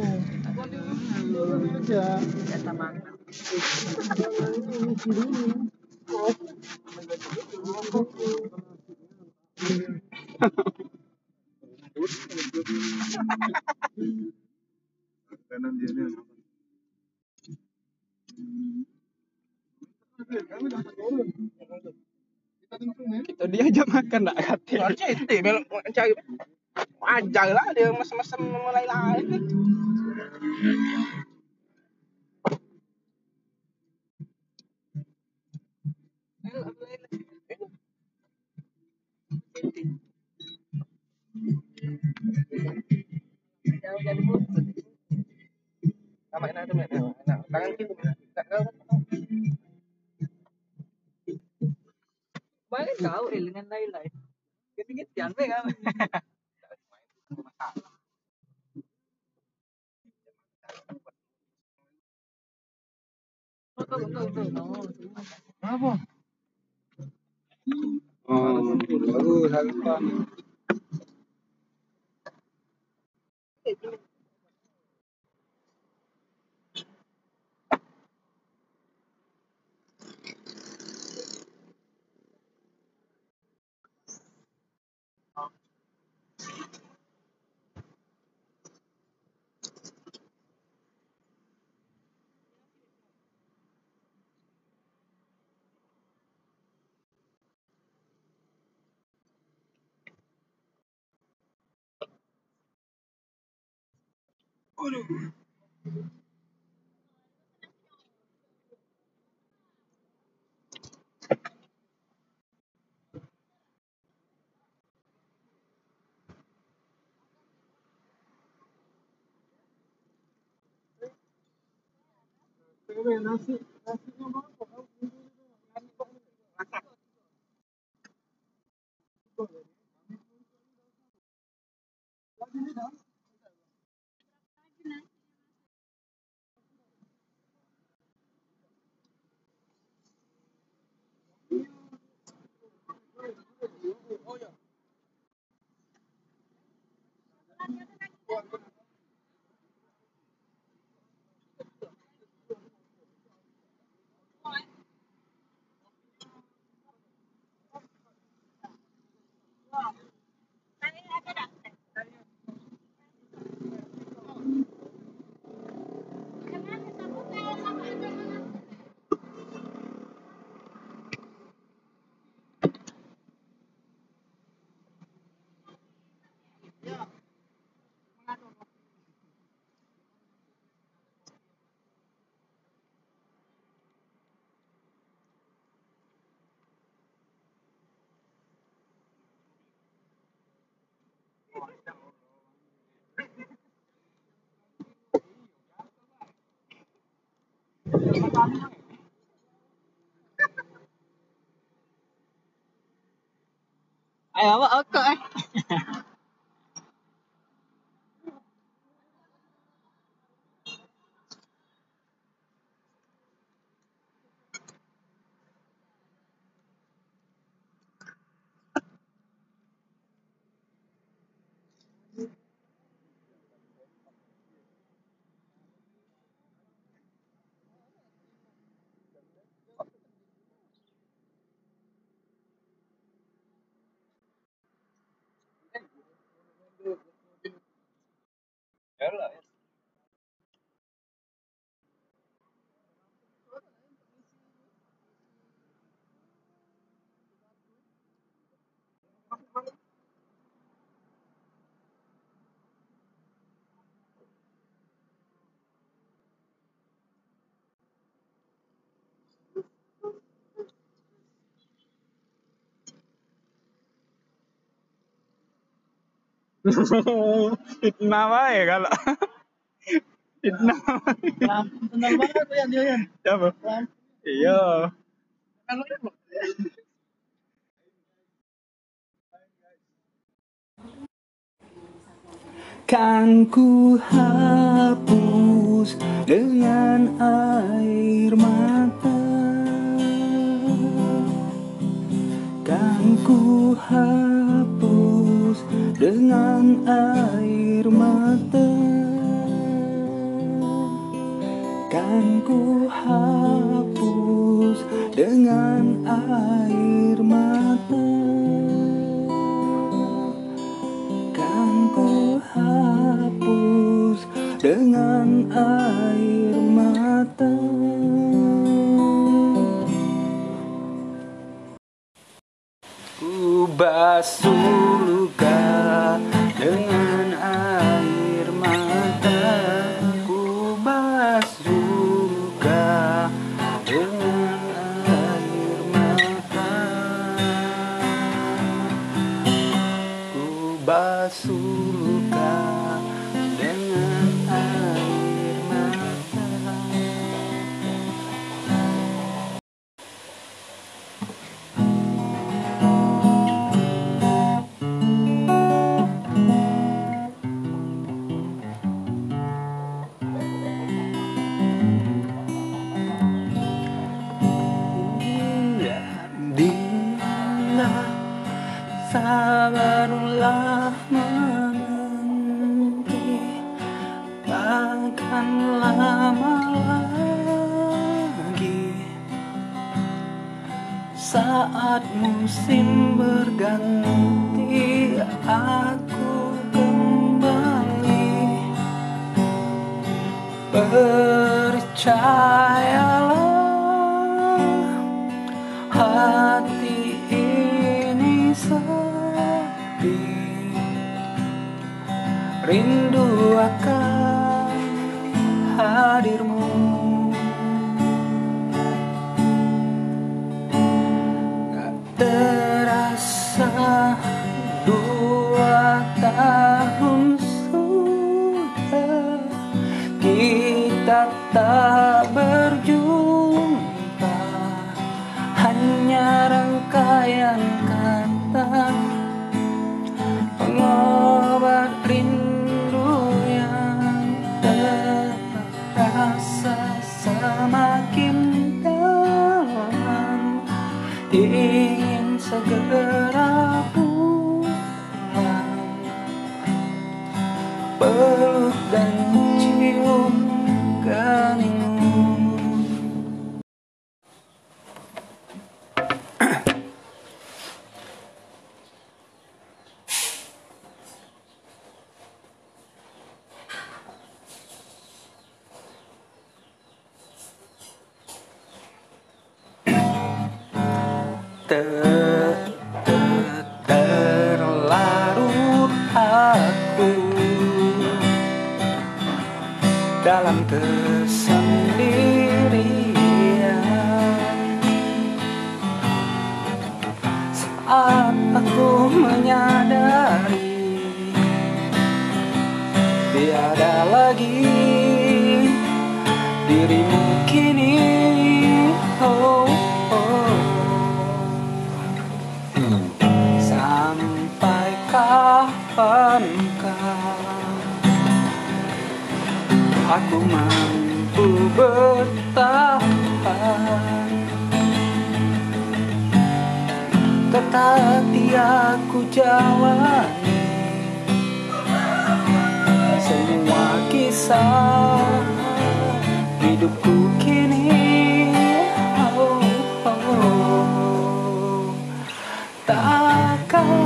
Kanan dia ni. Kita diajak makan tak kata. Cete belok cari ajar lah dia mesen mulai lain. Sama enak tu enak. Tangan kita tak tahu. Kemarin kau dengan Laila. Ketinggian jangan kan. Apa? Oh, baru harapan. Nasi, nasinya berapa? Ayo awak oke Fitnah wae kalau fitnah. Tenang banget tuh yang dia yang Siapa? Iya. Kan ku hapus dengan air mata, kan ku hapus dengan air mata, kan ku hapus dengan air mata, kan ku hapus dengan air mata. Ku basuh luka dengan air mata, ku basuh luka dengan air mata, ku basuh luka dengan air mata. Sabarlah menanti, takkan lama lagi. Saat musim berganti, aku kembali. Percayalah, hati ini sepi, rindu akan hadirmu. Gak terasa 2 tahun sudah kita tak berjumpa, hanya rangkaian kata pengobat rindu yang terasa semakin dalam. Ingin segera pulang, peluk dan cium keningmu. Terlarut aku dalam kesendirian, saat aku menyadari tiada lagi dirimu kini. Oh, oh. Sampai kapankah aku mampu bertahan? Tetapi aku jalani semua kisah hidupku kini. Oh, oh. Takkan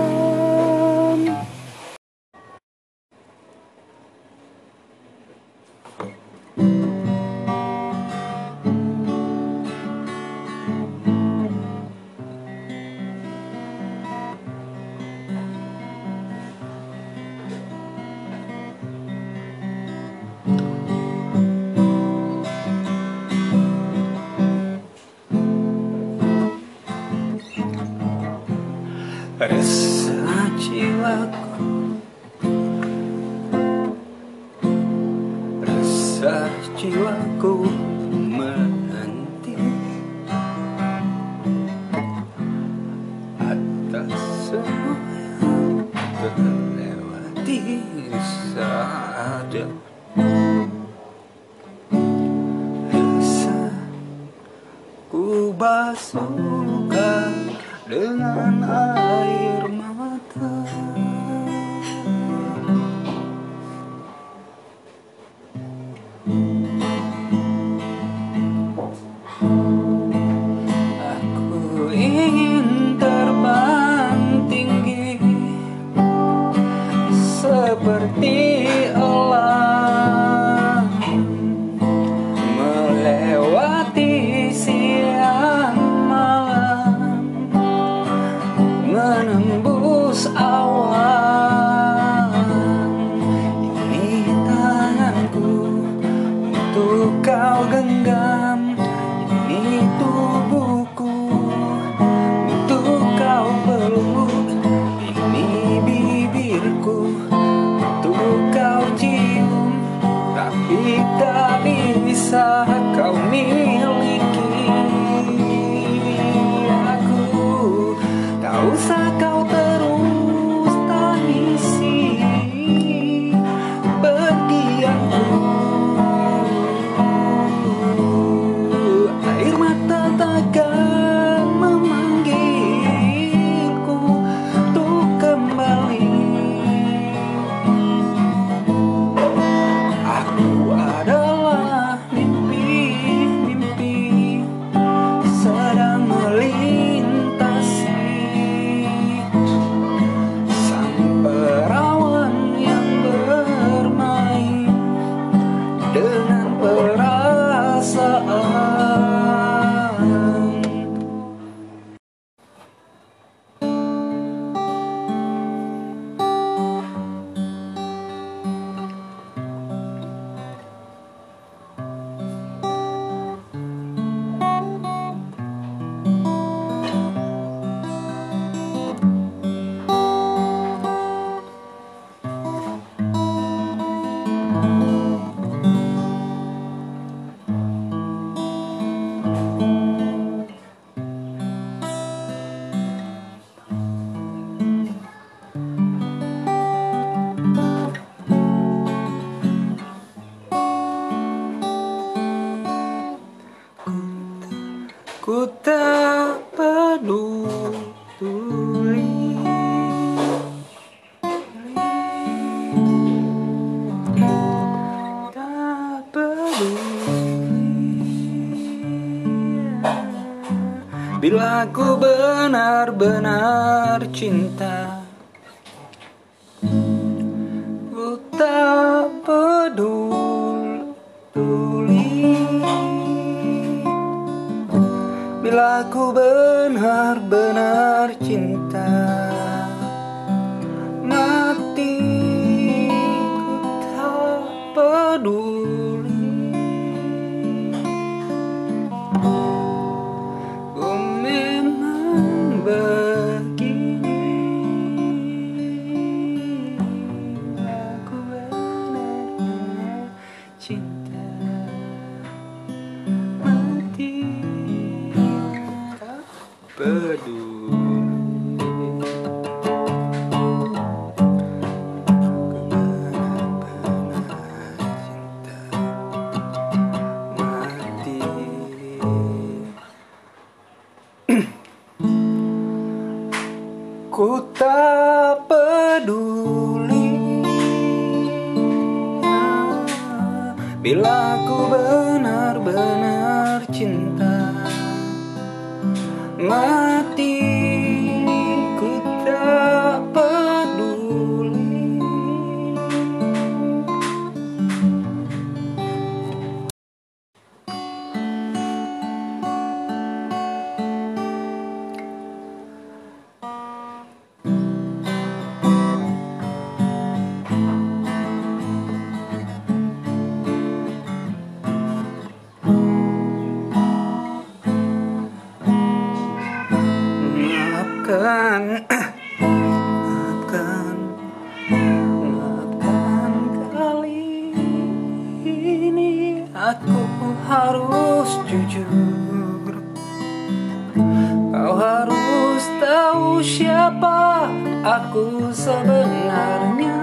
resah jiwaku, resah jiwaku menanti atas semua yang terlewati saja. Resah ku basuhkan dengan air mata. Aku ingin terbang tinggi seperti elang, melewati siang malam, menembus awan. Ini tanganku untuk kau genggam, ini tubuhku untuk kau peluk, ini bibirku untuk kau cium. Tapi tak bisa kau miliki aku, tak usah kau terus Bila ku benar-benar cinta, ku tak peduli. Bila ku benar-benar cinta, mati ku tak peduli. Ku memang begini. Aku benar-benar cinta, mati tak peduli. Ku tak peduli bila ku benar-benar cinta, mati ku tak peduli. Maafkan kali ini aku harus jujur. Kau harus tahu siapa aku sebenarnya.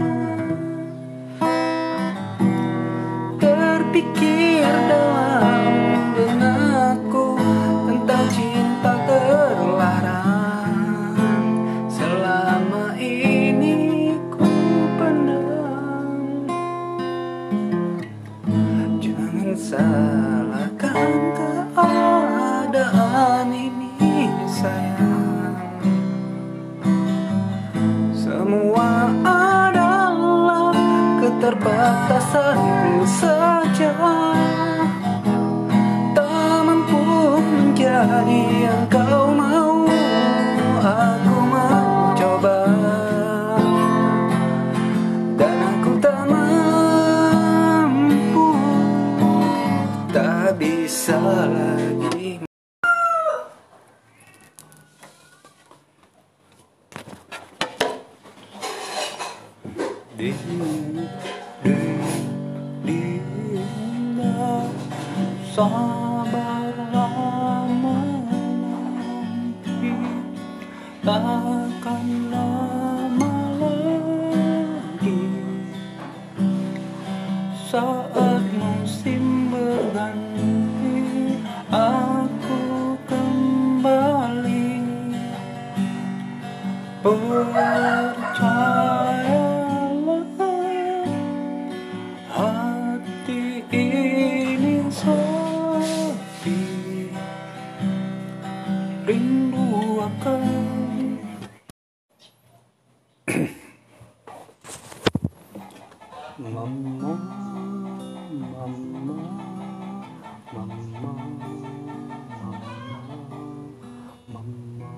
Terpikir dalam benakku tentang cinta terlarang. Selama ini ku pendam. Jangan salahkan keadaan ini sayang. Semua adalah keterbatasanku saja. Tak mampu menjadi yang kau mau. Aku mencoba dan aku tak mampu, tak bisa lagi. Dinda, sabarlah menanti, takkan lama lagi. Saat musim berganti, aku kembali. Percayalah, hati ini sepi, rindu akan Mama, mama, mama, mama,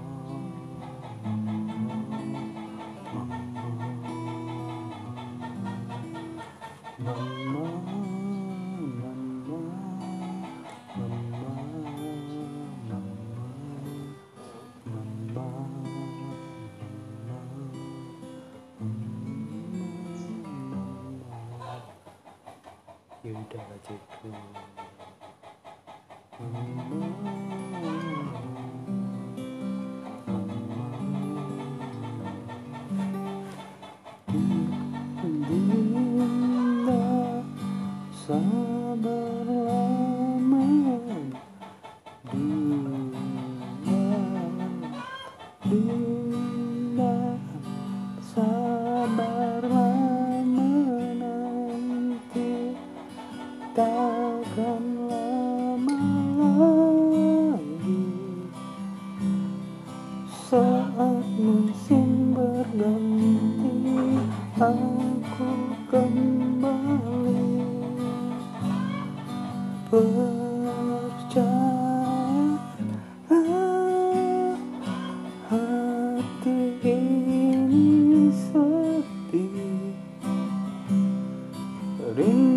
Yaudah cikgu. Dinda, sabarlah Dinda, sabarlah menanti, takkan lama lagi. aku kembali percaya hati ini sepi.